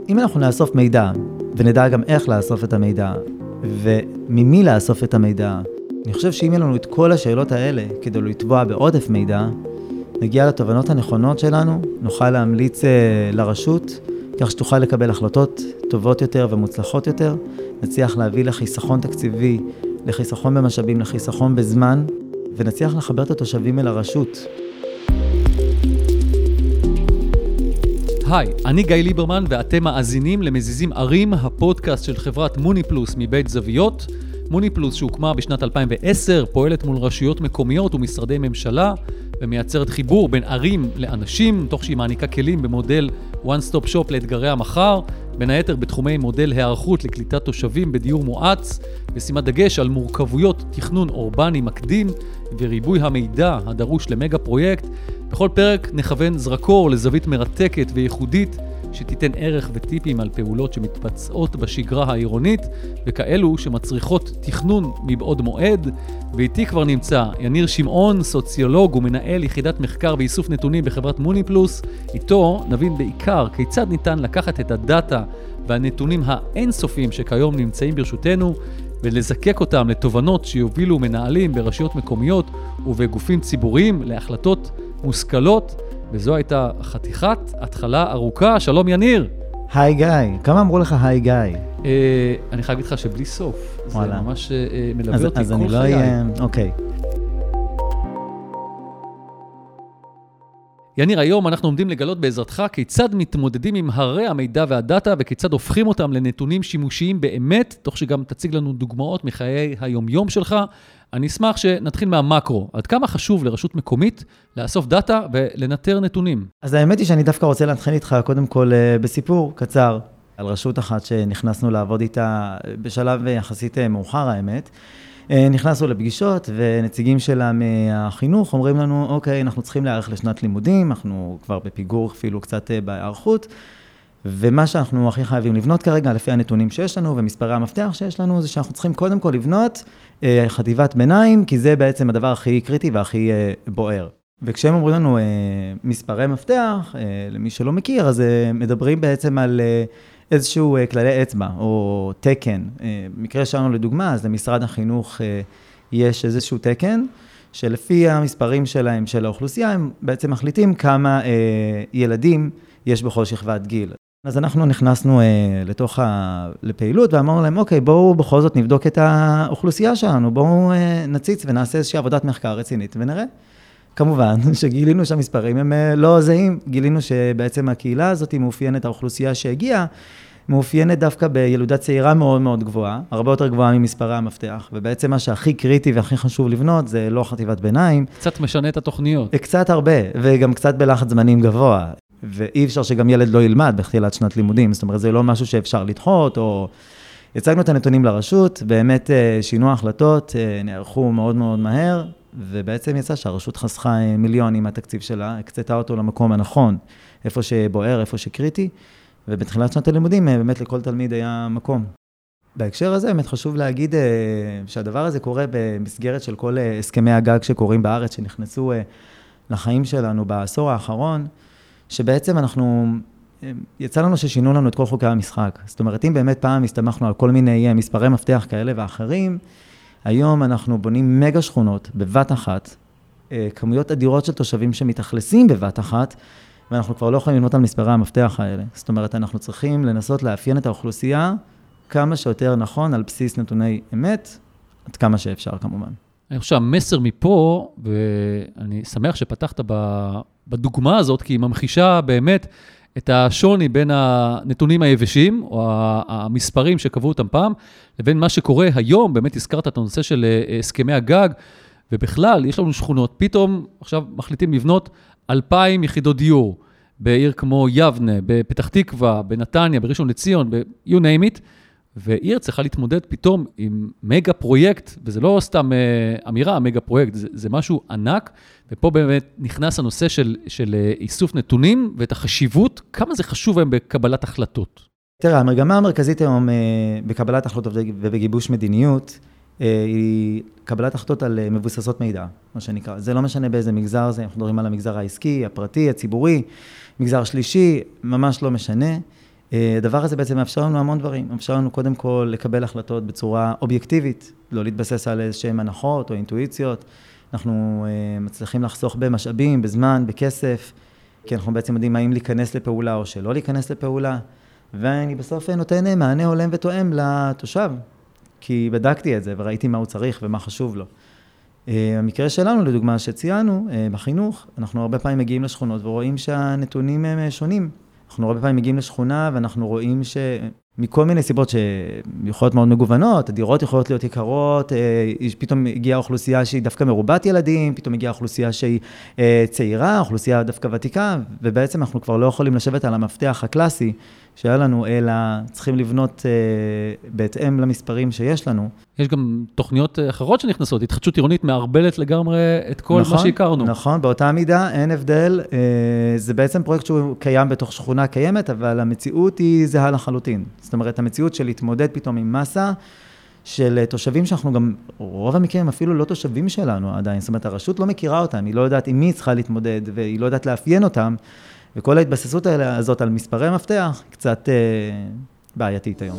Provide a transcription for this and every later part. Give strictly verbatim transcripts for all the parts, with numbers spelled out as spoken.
אם אנחנו נאסוף מידע, ונדע גם איך לאסוף את המידע, וממי לאסוף את המידע, אני חושב שאם יהיה לנו את כל השאלות האלה, כדי לתבוע בעודף מידע, נגיע לתובנות הנכונות שלנו, נוכל להמליץ לרשות, כך שתוכל לקבל החלטות טובות יותר ומוצלחות יותר, נצליח להביא לחיסכון תקציבי, לחיסכון במשאבים, לחיסכון בזמן, ונצליח לחבר את התושבים אל הרשות. היי, אני גיא ליברמן ואתם מאזינים למזיזים ערים, הפודקאסט של חברת מוני פלוס מבית זוויות. מוני פלוס שהוקמה בשנת אלפיים ועשר, פועלת מול רשויות מקומיות ומשרדי ממשלה, ומייצרת חיבור בין ערים לאנשים, תוך שהיא מעניקה כלים במודל one stop shop לאתגרי המחר, בין היתר בתחומי מודל הערכות לקליטת תושבים בדיור מואץ, ושימת דגש על מורכבויות תכנון אורבני מקדים, וריבוי המידע הדרוש למגה פרויקט. בכל פרק נכוון זרקור לזווית מרתקת וייחודית, שתיתן ערך וטיפים על פעולות שמתבצעות בשגרה העירונית, וכאלו שמצריכות תכנון מבעוד מועד. ואיתי כבר נמצא יניר שמעון, סוציולוג ומנהל יחידת מחקר ואיסוף נתונים בחברת מוני פלוס. איתו נבין בעיקר כיצד ניתן לקחת את הדאטה והנתונים האינסופיים שכיום נמצאים ברשותנו, ולזקק אותם לתובנות שיובילו מנהלים ברשויות מקומיות ובגופים ציבוריים להחלטות מושכלות. וזו הייתה חתיכת התחלה ארוכה. שלום יניר. היי גיא. כמה אמרו לך היי גיא? אה, אני חייב להגיד לך שבלי סוף. וואלה. זה ממש אה, מלווה אז, אותי אז כל אני חיי. לא יהיה... אוקיי. יניר, היום אנחנו עומדים לגלות בעזרתך כיצד מתמודדים עם הרי המידע והדאטה, וכיצד הופכים אותם לנתונים שימושיים באמת, תוך שגם תציג לנו דוגמאות מחיי היומיום שלך. אני אשמח שנתחיל מהמקרו. עד כמה חשוב לרשות מקומית לאסוף דאטה ולנטר נתונים? אז האמת היא שאני דווקא רוצה להתחיל איתך קודם כל בסיפור קצר על רשות אחת שנכנסנו לעבוד איתה בשלב יחסית מאוחר האמת. נכנסנו לפגישות ונציגים שלה מהחינוך אומרים לנו, אוקיי, אנחנו צריכים להיערך לשנת לימודים, אנחנו כבר בפיגור אפילו קצת בהיערכות, ומה שאנחנו הכי חייבים לבנות כרגע, לפי הנתונים שיש לנו ומספרי המפתח שיש לנו, זה שאנחנו צריכים קודם כל לבנות אה, חטיבת ביניים, כי זה בעצם הדבר הכי קריטי והכי אה, בוער. וכשהם אומרים לנו אה, מספרי מפתח, אה, למי שלא מכיר, אז אה, מדברים בעצם על אה, איזשהו אה, כללי אצבע או תקן. אה, מקרה שלנו לדוגמה, אז למשרד החינוך אה, יש איזשהו תקן, שלפי המספרים שלהם, של האוכלוסייה, הם בעצם מחליטים כמה אה, ילדים יש בכל שכבת גיל. אז אנחנו נכנסנו אה, לתוך ה... לפעילות ואמרנו להם, אוקיי, בואו בכל זאת נבדוק את האוכלוסייה שלנו, בואו אה, נציץ ונעשה איזושהי עבודת מחקר רצינית ונראה. כמובן שגילינו שהמספרים הם אה, לא זהים, גילינו שבעצם הקהילה הזאת היא מאופיינת, האוכלוסייה שהגיעה, מאופיינת דווקא בילודה צעירה מאוד מאוד גבוהה, הרבה יותר גבוהה ממספרי המפתח, ובעצם מה שהכי קריטי והכי חשוב לבנות זה לא חטיבת ביניים. קצת משנה את התוכניות. קצת הרבה, וגם קצת בלחץ זמנים גבוה. ואי אפשר שגם ילד לא ילמד בתחילת שנת לימודים, זאת אומרת, זה לא משהו שאפשר לדחות, או... הצגנו את הנתונים לרשות, באמת שינו ההחלטות, נערכו מאוד מאוד מהר, ובעצם יצא שהרשות חסכה מיליונים מהתקציב שלה, הקצתה אותו למקום הנכון, איפה שבוער, איפה שקריטי, ובתחילת שנת הלימודים באמת לכל תלמיד היה מקום. בהקשר הזה באמת חשוב להגיד שהדבר הזה קורה במסגרת של כל הסכמי הגג שקורים בארץ, שנכנסו לחיים שלנו בעשור האחרון, שבעצם אנחנו, יצא לנו ששינו לנו את כל חוקי המשחק. זאת אומרת, אם באמת פעם הסתמכנו על כל מיני מספרי מפתח כאלה ואחרים, היום אנחנו בונים מגה שכונות בבת אחת, כמויות אדירות של תושבים שמתאכלסים בבת אחת, ואנחנו כבר לא יכולים לבנות על מספרי המפתח האלה. זאת אומרת, אנחנו צריכים לנסות לאפיין את האוכלוסייה כמה שיותר נכון על בסיס נתוני אמת, עד כמה שאפשר כמובן. אני חושב שהמסר מפה, ואני שמח שפתחת בדוגמה הזאת, כי היא ממחישה באמת את השוני בין הנתונים היבשים, או המספרים שקבעו אותם פעם, לבין מה שקורה היום. באמת הזכרת את הנושא של הסכמי הגג, ובכלל יש לנו שכונות, פתאום עכשיו מחליטים לבנות אלפיים יחידות דיור, בעיר כמו יבנה, בפתח תקווה, בנתניה, בראשון לציון, ב-you name it, ועיר צריכה להתמודד פתאום עם מגה פרויקט, וזה לא סתם אה, אמירה, מגה פרויקט, זה, זה משהו ענק, ופה באמת נכנס הנושא של, של איסוף נתונים, ואת החשיבות, כמה זה חשוב היום בקבלת החלטות. תראה, המגמה המרכזית היום אה, בקבלת החלטות ובגיבוש מדיניות, אה, היא קבלת החלטות על אה, מבוססות מידע, מה שנקרא. זה לא משנה באיזה מגזר זה, אנחנו מדברים על המגזר העסקי, הפרטי, הציבורי, מגזר שלישי, ממש לא משנה. הדבר הזה בעצם מאפשר לנו המון דברים. מאפשר לנו קודם כל לקבל החלטות בצורה אובייקטיבית, לא להתבסס על איזשהם הנחות או אינטואיציות. אנחנו מצליחים לחסוך במשאבים, בזמן, בכסף, כי אנחנו בעצם יודעים האם להיכנס לפעולה או שלא להיכנס לפעולה. ואני בסוף נותן מענה הולם ותואם לתושב, כי בדקתי את זה וראיתי מה הוא צריך ומה חשוב לו. המקרה שלנו, לדוגמה, שציינו בחינוך, אנחנו הרבה פעמים מגיעים לשכונות ורואים שהנתונים הם שונים. אנחנו הרבה פעמים מגיעים לשכונה ואנחנו רואים שמכל מיני סיבות שיכולות מאוד מגוונות, הדירות יכולות להיות יקרות, פתאום הגיעה אוכלוסייה שהיא דווקא מרובת ילדים, פתאום הגיעה אוכלוסייה שהיא צעירה, אוכלוסייה דווקא ותיקה, ובעצם אנחנו כבר לא יכולים לשבת על המפתח הקלאסי שהיה לנו, אלא צריכים לבנות בהתאם למספרים שיש לנו. יש גם תוכניות אחרות שנכנסות, התחדשות עירונית מערבלת לגמרי את כל נכון, מה שהכרנו. נכון, באותה מידה אין הבדל, זה בעצם פרויקט שהוא קיים בתוך שכונה קיימת, אבל המציאות היא זהה לחלוטין. זאת אומרת, המציאות של להתמודד פתאום עם מסה, של תושבים שאנחנו גם, רוב המקרים אפילו לא תושבים שלנו עדיין, זאת אומרת, הרשות לא מכירה אותם, היא לא יודעת עם מי צריכה להתמודד, והיא לא יודעת לאפיין אותם, וכל ההתבססות הזאת על מספרי מפתח, קצת אה, בעייתית היום.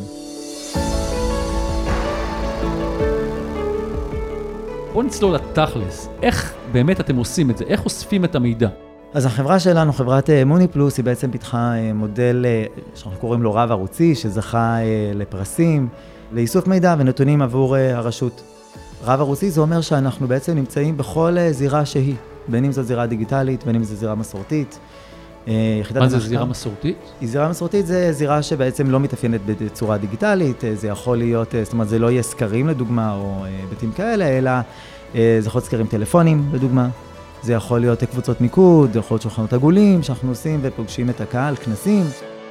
בואו נצלול לתכלס, איך באמת אתם עושים את זה? איך אוספים את המידע? אז החברה שלנו, חברת מוני פלוס, היא בעצם פיתחה מודל שאנחנו קוראים לו רב ערוצי, שזכה לפרסים, לאיסוף מידע ונתונים עבור הרשות. רב ערוצי זה אומר שאנחנו בעצם נמצאים בכל זירה שהיא, בין אם זו זירה דיגיטלית, בין אם זו זירה מסורתית. מה זה זירה מסורתית? זירה מסורתית זה זירה שבעצם לא מתאפיינת בצורה דיגיטלית, זה יכול להיות, זאת אומרת, זה לא יהיה סקרים לדוגמה או בתים כאלה, אלא זה יכול להיות סקרים טלפונים לדוגמה, זה יכול להיות קבוצות מיקוד, זה יכול להיות שולחנות עגולים שאנחנו עושים ופוגשים את הקהל, כנסים.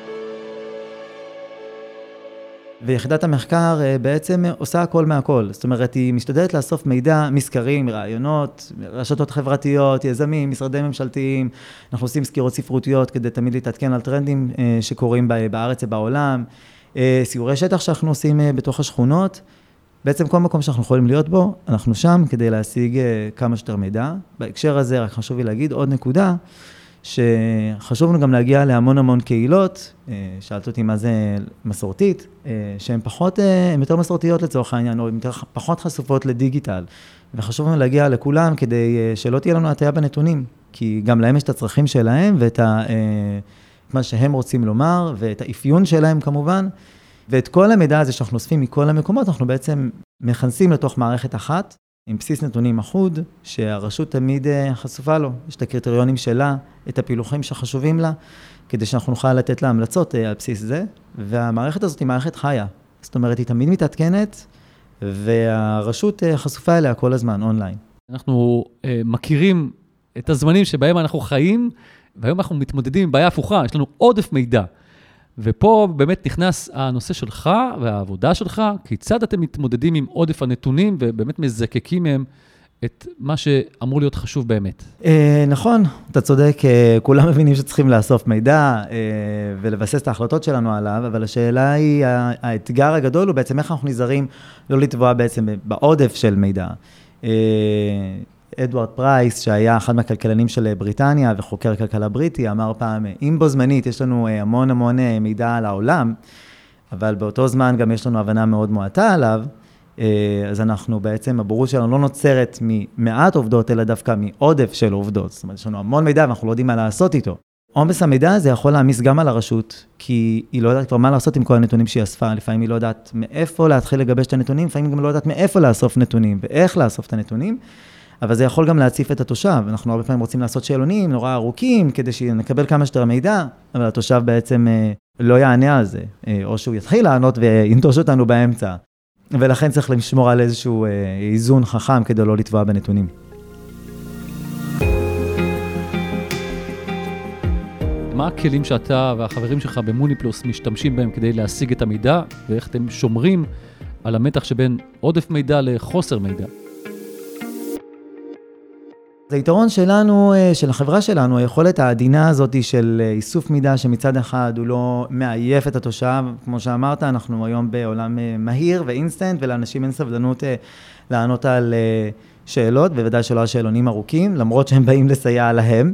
ויחידת המחקר בעצם עושה הכל מהכל, זאת אומרת, היא משתדלת לאסוף מידע מסקרים, רעיונות, רשתות חברתיות, יזמים, משרדי ממשלתיים, אנחנו עושים סקירות ספרותיות כדי תמיד להתעדכן על טרנדים שקורים בארץ ובעולם, סיורי שטח שאנחנו עושים בתוך השכונות, בעצם כל מקום שאנחנו יכולים להיות בו, אנחנו שם כדי להשיג כמה שיותר מידע. בהקשר הזה רק חשוב לי להגיד עוד נקודה, שחשוב לנו גם להגיע להמון המון קהילות, שאלת אותי מה זה מסורתית, שהן פחות, הן יותר מסורתיות לצורך העניין, או יותר פחות חשופות לדיגיטל, וחשוב לנו להגיע לכולם כדי שלא תהיה לנו הטעיה בנתונים, כי גם להם יש את הצרכים שלהם, ואת ה, מה שהם רוצים לומר, ואת האפיון שלהם כמובן, ואת כל המידע הזה שאנחנו אוספים מכל המקומות, אנחנו בעצם מכנסים לתוך מערכת אחת, עם בסיס נתונים אחוד, שהרשות תמיד חשופה לו. יש את הקריטריונים שלה, את הפילוחים שחשובים לה, כדי שאנחנו נוכל לתת לה המלצות על בסיס זה, והמערכת הזאת היא מערכת חיה. זאת אומרת, היא תמיד מתעדכנת, והרשות חשופה אליה כל הזמן, אונליין. אנחנו uh, מכירים את הזמנים שבהם אנחנו חיים, והיום אנחנו מתמודדים עם בעיה הפוכה, יש לנו עודף מידע. ופה באמת נכנס הנושא שלך והעבודה שלך, כיצד אתם מתמודדים עם עודף הנתונים ובאמת מזקקים מהם את מה שאמור להיות חשוב באמת. נכון, אתה צודק, כולם מבינים שצריכים לאסוף מידע ולבסס את ההחלטות שלנו עליו, אבל השאלה היא, האתגר הגדול הוא בעצם איך אנחנו נזהרים לא לטבוע בעצם בעודף של מידע. אדוארד פרייס, שהיה אחד מהכלכלנים של בריטניה וחוקר כלכלה בריטי, אמר פעם, אם בו זמנית יש לנו המון המון מידע על העולם, אבל באותו זמן גם יש לנו הבנה מאוד מועטה עליו, אז אנחנו בעצם, הבורות שלנו לא נוצרת ממעט עובדות, אלא דווקא מעודף של עובדות. זאת אומרת, יש לנו המון מידע ואנחנו לא יודעים מה לעשות איתו. עומס המידע הזה יכול להעמיס גם על הרשות, כי היא לא יודעת כבר מה לעשות עם כל הנתונים שהיא אספה, לפעמים היא לא יודעת מאיפה להתחיל לגבש את הנתונים, לפעמים גם לא יודעת מאיפה לאסוף נתונים ואיך לאסוף את הנתונים. אבל זה יכול גם להציף את התושב. אנחנו הרבה פעמים רוצים לעשות שאלונים נורא ארוכים, כדי שנקבל כמה שיותר מידע, אבל התושב בעצם לא יענה על זה, או שהוא יתחיל לענות וינטוש אותנו באמצע. ולכן צריך לשמור על איזשהו איזון חכם כדי לא לטבוע בנתונים. מה הכלים שאתה והחברים שלך במוני פלוס משתמשים בהם כדי להשיג את המידע, ואיך אתם שומרים על המתח שבין עודף מידע לחוסר מידע? אז היתרון שלנו, של החברה שלנו, היכולת העדינה הזאת של איסוף מידע שמצד אחד הוא לא מעייף את התושב, כמו שאמרת, אנחנו היום בעולם מהיר ואינסטנט, ולאנשים אין סבלנות לענות על שאלות, בוודאי שלא על שאלונים ארוכים, למרות שהם באים לסייע להם.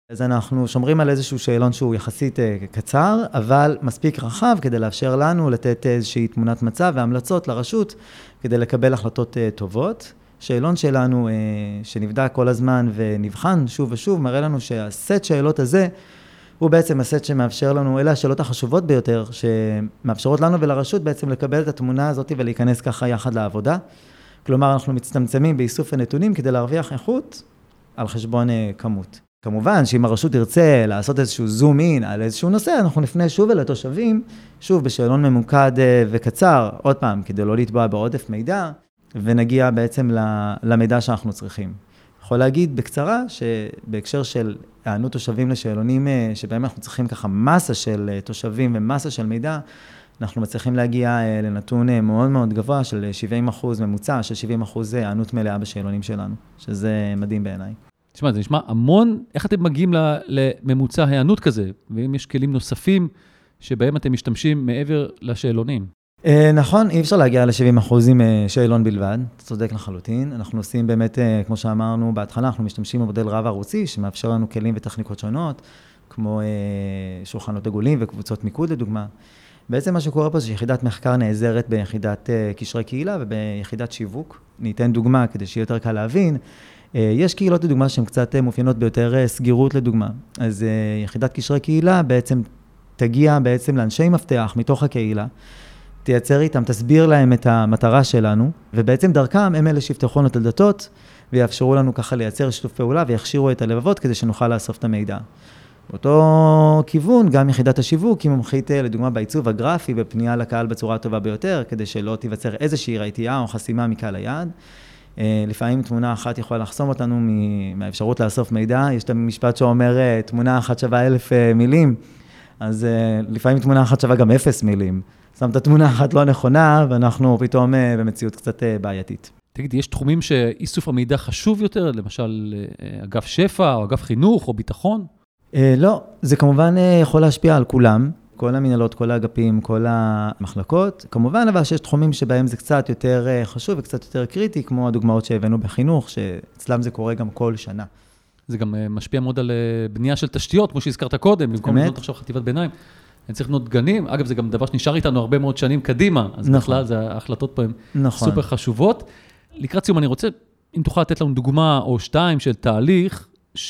אז אנחנו שומרים על איזשהו שאלון שהוא יחסית קצר, אבל מספיק רחב כדי לאפשר לנו לתת איזושהי תמונת מצב והמלצות לרשות כדי לקבל החלטות טובות. שאלון שלנו שנבדק כל הזמן ונבחן שוב ושוב, מראה לנו שהסט שאלות הזה הוא בעצם הסט שמאפשר לנו, אלה השאלות החשובות ביותר, שמאפשרות לנו ולרשות בעצם לקבל את התמונה הזאת ולהיכנס ככה יחד לעבודה. כלומר, אנחנו מצטמצמים באיסוף הנתונים כדי להרוויח איכות על חשבון כמות. כמובן שאם הרשות תרצה לעשות איזשהו זום אין על איזשהו נושא, אנחנו נפנה שוב אל התושבים, שוב בשאלון ממוקד וקצר, עוד פעם, כדי לא לתבוע בעודף מידע, ונגיע בעצם למידע שאנחנו צריכים. יכול להגיד בקצרה שבהקשר של הענות תושבים לשאלונים, שבהם אנחנו צריכים ככה מסה של תושבים ומסה של מידע, אנחנו מצליחים להגיע לנתון מאוד מאוד גבוה של שבעים אחוז ממוצע, של שבעים אחוז הענות מלאה בשאלונים שלנו, שזה מדהים בעיניי. תשמע, זה נשמע המון, איך אתם מגיעים לממוצע הענות כזה, ואם יש כלים נוספים שבהם אתם משתמשים מעבר לשאלונים? נכון, אי אפשר להגיע ל-שבעים אחוז עם שאלון בלבד, אתה צודק לחלוטין. אנחנו עושים באמת, כמו שאמרנו בהתחלה, אנחנו משתמשים במודל רב ערוצי, שמאפשר לנו כלים וטכניקות שונות, כמו שולחנות עגולים וקבוצות מיקוד לדוגמה. בעצם מה שקורה פה זה שיחידת מחקר נעזרת ביחידת קשרי קהילה וביחידת שיווק. ניתן דוגמה כדי שיהיה יותר קל להבין. יש קהילות לדוגמה שהן קצת מאופיינות ביותר סגירות לדוגמה. אז יחידת קשרי קהילה בעצם תגיע בעצם לאנשי מפתח מתוך הקהילה, תייצר איתם, תסביר להם את המטרה שלנו, ובעצם דרכם הם אלה שיפתחו לנו את הדלתות, ויאפשרו לנו ככה לייצר שיתוף פעולה, ויכשירו את הלבבות כדי שנוכל לאסוף את המידע. באותו כיוון, גם יחידת השיווק, היא מומחית לדוגמה בעיצוב הגרפי, בפנייה לקהל בצורה טובה ביותר, כדי שלא תיווצר איזושהי רתיעה או חסימה מקהל היעד. לפעמים תמונה אחת יכולה לחסום אותנו מהאפשרות לאסוף מידע. יש את המשפט שאומר, תמונה אחת שווה אלף מילים, אז לפעמים תמונה אחת שווה גם אפס מילים. שמת תמונה אחת לא נכונה, ואנחנו פתאום במציאות קצת בעייתית. תגיד, יש תחומים שאיסוף המידע חשוב יותר, למשל אגף שפע, או אגף חינוך, או ביטחון? לא, זה כמובן יכול להשפיע על כולם, כל המנהלות, כל האגפים, כל המחלקות. כמובן, אבל שיש תחומים שבהם זה קצת יותר חשוב וקצת יותר קריטי, כמו הדוגמאות שהבאנו בחינוך, שאצלם זה קורה גם כל שנה. זה גם משפיע מאוד על בנייה של תשתיות, כמו שהזכרת קודם, במקום לבנות עכשיו חטיבת ביניים. אני צריך לבנות גנים, אגב, זה גם דבר שנשאר איתנו הרבה מאוד שנים קדימה, אז נכון. בכלל, זה, ההחלטות פה הן נכון. סופר חשובות. לקראת סיום, אני רוצה, אם תוכל לתת לנו דוגמה או שתיים של תהליך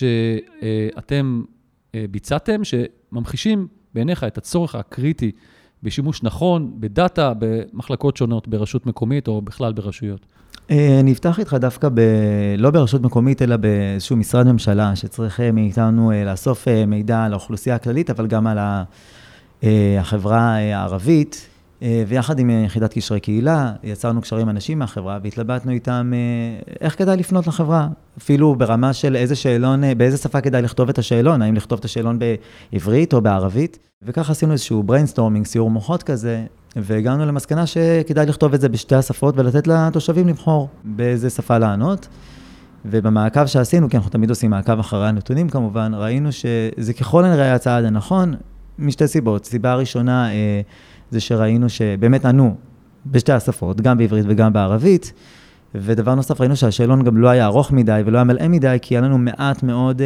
שאתם ביצעתם, שממחישים בעיניך את הצורך הקריטי בשימוש נכון, בדאטה, במחלקות שונות, ברשות מקומית או בכלל ברשויות. אני אפתח איתך דווקא ב... לא ברשות מקומית, אלא באיזשהו משרד ממשלה, שצריך מאיתנו לאסוף מידע על האוכלוסייה הכללית, אבל גם על החברה הערבית, ויחד עם יחידת קשרי קהילה, יצרנו קשרים אנשים מהחברה, והתלבטנו איתם איך כדאי לפנות לחברה, אפילו ברמה של איזה שאלון, באיזה שפה כדאי לכתוב את השאלון, האם לכתוב את השאלון בעברית או בערבית, וכך עשינו איזשהו בריינסטורמינג, סיור מוחות כזה, והגענו למסקנה שכדאי לכתוב את זה בשתי השפות, ולתת לתושבים לבחור באיזה שפה לענות, ובמעקב שעשינו, כי אנחנו תמיד עושים מעקב אחרי הנתונים כמובן, ראינו שזה ככל הנראה הצעד הנכון, משתי סיבות. סיבה הראשונה זה שראינו שבאמת ענו בשתי השפות, גם בעברית וגם בערבית, ודבר נוסף ראינו שהשאלון גם לא היה ארוך מדי ולא היה מלא מדי, כי היה לנו מעט מאוד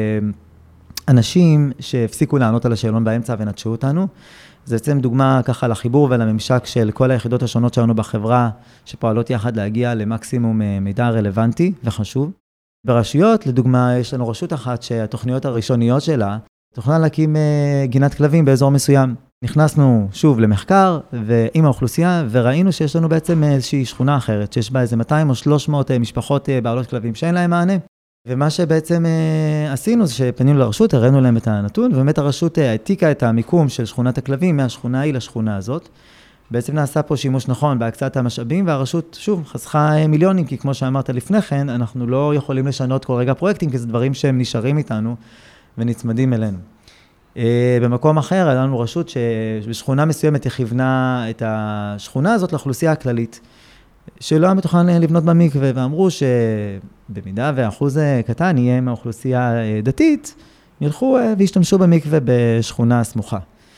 אנשים שהפסיקו לענות על השאלון באמצע ונטשו אותנו. זה בעצם דוגמה ככה לחיבור ולממשק של כל היחידות השונות שלנו בחברה, שפועלות יחד להגיע למקסימום מידע רלוונטי וחשוב. ברשויות, לדוגמה, יש לנו רשות אחת שהתוכניות הראשוניות שלה, תוכנן להקים גינת כלבים באזור מסוים. נכנסנו שוב למחקר ועם האוכלוסייה, וראינו שיש לנו בעצם איזושהי שכונה אחרת, שיש בה איזה מאתיים או שלוש מאות משפחות בעלות כלבים שאין להם מענה. ומה שבעצם עשינו זה שפנינו לרשות, הראינו להם את הנתון, ובאמת הרשות העתיקה את המיקום של שכונת הכלבים מהשכונה היא לשכונה הזאת. בעצם נעשה פה שימוש נכון בהקצאת המשאבים, והרשות שוב חסכה מיליונים, כי כמו שאמרת לפני כן, אנחנו לא יכולים לשנות כל רגע פרויקטים, כי זה דברים שהם נשארים איתנו ונצמדים אלינו. במקום אחר, היה לנו רשות שבשכונה מסוימת הכיוונה את השכונה הזאת לאוכלוסייה הכללית, שלא היה מתוכן לבנות במקווה, ואמרו שבמידה ואחוז קטן יהיה מהאוכלוסייה דתית, ילכו וישתמשו במקווה בשכונה סמוכה.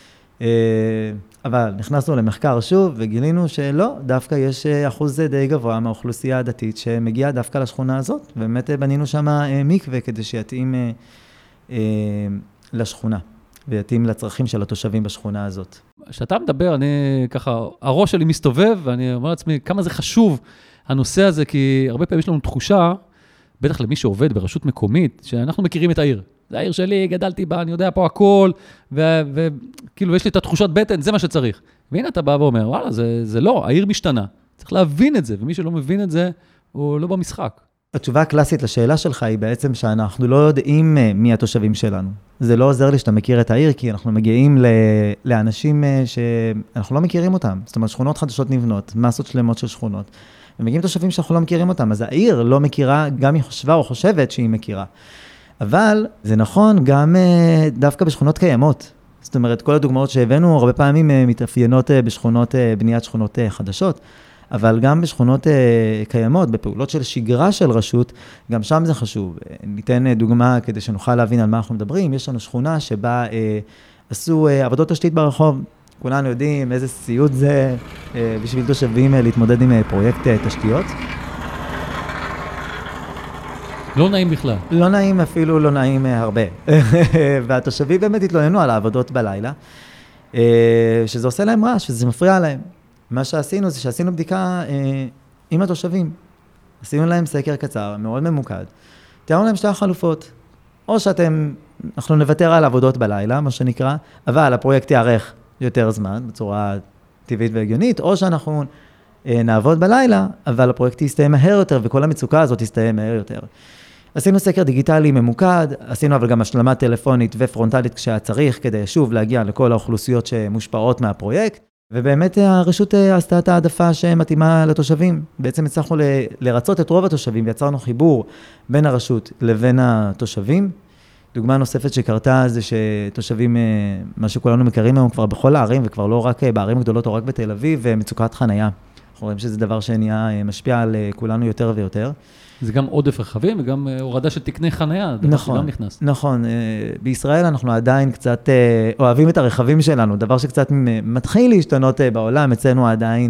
אבל נכנסנו למחקר שוב וגילינו שלא, דווקא יש אחוז די גבוה מהאוכלוסייה הדתית שמגיעה דווקא לשכונה הזאת, ובאמת בנינו שם מקווה כדי שיתאים אה, לשכונה, ויתאים לצרכים של התושבים בשכונה הזאת. כשאתה מדבר, אני ככה, הראש שלי מסתובב, ואני אומר לעצמי, כמה זה חשוב הנושא הזה, כי הרבה פעמים יש לנו תחושה, בטח למי שעובד ברשות מקומית, שאנחנו מכירים את העיר. זה העיר שלי, גדלתי בה, אני יודע פה הכל, וכאילו יש לי את התחושת בטן, זה מה שצריך. והנה אתה בא ואומר, וואלה, זה, זה לא, העיר משתנה. צריך להבין את זה, ומי שלא מבין את זה, הוא לא במשחק. התשובה הקלאסית לשאלה שלך היא בעצם שאנחנו לא יודעים מי התושבים שלנו. זה לא עוזר לי שאתה מכיר את העיר, כי אנחנו מגיעים לאנשים שאנחנו לא מכירים אותם. זאת אומרת, שכונות חדשות נבנות, מסות שלמות של שכונות. ומגיעים תושבים שאנחנו לא מכירים אותם, אז העיר לא מכירה, גם היא חושבה או חושבת שהיא מכירה. אבל זה נכון גם דווקא בשכונות קיימות. זאת אומרת, כל הדוגמאות שהבאנו הרבה פעמים מתאפיינות בשכונות, בניית שכונות חדשות, אבל גם בשכונות קיימות, בפעולות של שגרה של רשות, גם שם זה חשוב. ניתן דוגמה כדי שנוכל להבין על מה אנחנו מדברים. יש לנו שכונה שבה עשו עבודות תשתית ברחוב. כולנו יודעים איזה סיוט זה בשביל תושבים להתמודד עם פרויקט תשתיות. לא נעים בכלל. לא נעים, אפילו לא נעים הרבה. והתושבים באמת התלוננו על העבודות בלילה, שזה עושה להם רעש, שזה מפריע להם. מה שעשינו זה שעשינו בדיקה עם התושבים. עשינו להם סקר קצר, מאוד ממוקד. תיארנו להם שתי החלופות. או שאתם, אנחנו נוותר על עבודות בלילה, מה שנקרא, אבל הפרויקט יארך יותר זמן, בצורה טבעית והגיונית, או שאנחנו נעבוד בלילה, אבל הפרויקט יסתיים מהר יותר, וכל המצוקה הזאת יסתיים מהר יותר. עשינו סקר דיגיטלי ממוקד, עשינו אבל גם השלמה טלפונית ופרונטלית כשהיה צריך, כדי שוב להגיע לכל האוכלוסיות שמושפעות מהפרויקט, ובאמת הרשות עשתה את העדפה שמתאימה לתושבים. בעצם הצלחנו לרצות את רוב התושבים, ויצרנו חיבור בין הרשות לבין התושבים. דוגמה נוספת שקרתה זה שתושבים, מה שכולנו מכירים היום כבר בכל הערים, וכבר לא רק בערים גדולות או רק בתל אביב, ומצוקת חנייה. אנחנו רואים שזה דבר שנהיה משפיע על כולנו יותר ויותר. זה גם עודף רכבים וגם הורדה של תקני חנייה, דבר נכון, שגם נכנס. נכון, בישראל אנחנו עדיין קצת אוהבים את הרכבים שלנו, דבר שקצת מתחיל להשתנות בעולם, אצלנו עדיין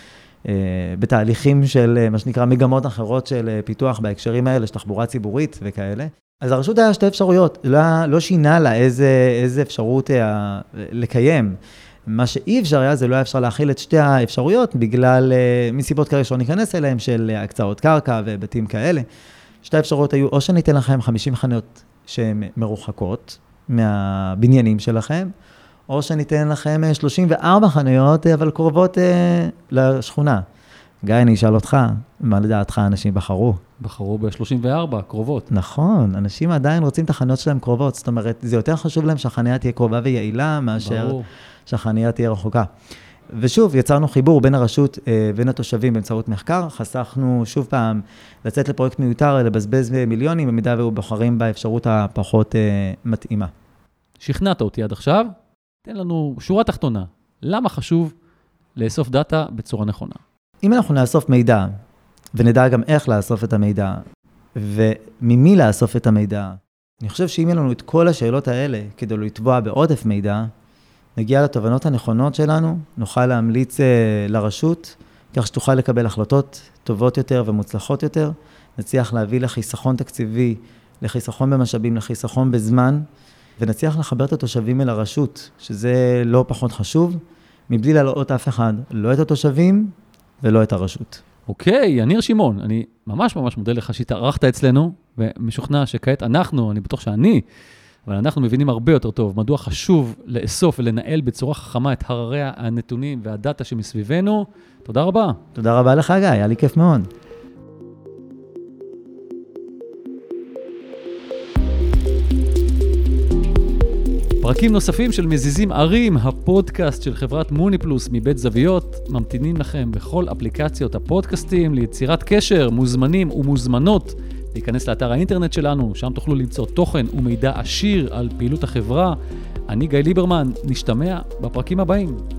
בתהליכים של מה שנקרא מגמות אחרות של פיתוח בהקשרים האלה, של תחבורה ציבורית וכאלה. אז הרשות היה שתי אפשרויות, לא, לא שינה לה איזה, איזה אפשרות לקיים. מה שאי אפשר היה, זה לא היה אפשר להכיל את שתי האפשרויות, בגלל מסיבות כאלה שלא ניכנס אליהם, של הקצאות קרקע ובתים כאלה. שתי האפשרויות היו, או שניתן לכם חמישים חנויות שהן מרוחקות מהבניינים שלכם, או שניתן לכם שלושים וארבע חנויות, אבל קרובות לשכונה. גיא, אני אשאל אותך, מה לדעתך אנשים בחרו? בחרו ב-שלושים וארבע, קרובות. נכון, אנשים עדיין רוצים את החנויות שלהם קרובות, זאת אומרת, זה יותר חשוב להם שהחניה תהיה קרובה ויעילה, מאשר ברור. שהחניה תהיה רחוקה. ושוב, יצרנו חיבור בין הרשות, בין התושבים באמצעות מחקר, חסכנו שוב פעם לצאת לפרויקט מיותר, לבזבז מיליונים, במידה והוא בוחרים באפשרות הפחות מתאימה. שכנעת אותי עד עכשיו, תן לנו שורה תחתונה, למה חשוב לאסוף דאטה בצורה נכונה? אם אנחנו נאסוף מידע, ונדע גם איך לאסוף את המידע, וממי לאסוף את המידע, אני חושב שאם יהיה לנו את כל השאלות האלה, כדי לתבוע בעודף מידע, נגיע לתובנות הנכונות שלנו, נוכל להמליץ לרשות, כך שתוכל לקבל החלטות טובות יותר ומוצלחות יותר, נצליח להביא לחיסכון תקציבי, לחיסכון במשאבים, לחיסכון בזמן, ונצליח לחבר את התושבים אל הרשות, שזה לא פחות חשוב, מבלי להעלות אף אחד, לא את התושבים ולא את הרשות. אוקיי, יניר שמעון, אני ממש ממש מודה לך שהתארחת אצלנו, ומשוכנע שכעת אנחנו, אני בטוח שאני, אבל אנחנו מבינים הרבה יותר טוב, מדוע חשוב לאסוף ולנהל בצורה חכמה את הררי הנתונים והדאטה שמסביבנו. תודה רבה. תודה רבה לך, גיא, היה לי כיף מאוד. פרקים נוספים של מזיזים ערים, הפודקאסט של חברת מוניפלוס מבית זוויות, ממתינים לכם בכל אפליקציות הפודקאסטים ליצירת קשר, מוזמנים ומוזמנות להיכנס לאתר האינטרנט שלנו, שם תוכלו למצוא תוכן ומידע עשיר על פעילות החברה. אני גיא ליברמן, נשתמע בפרקים הבאים.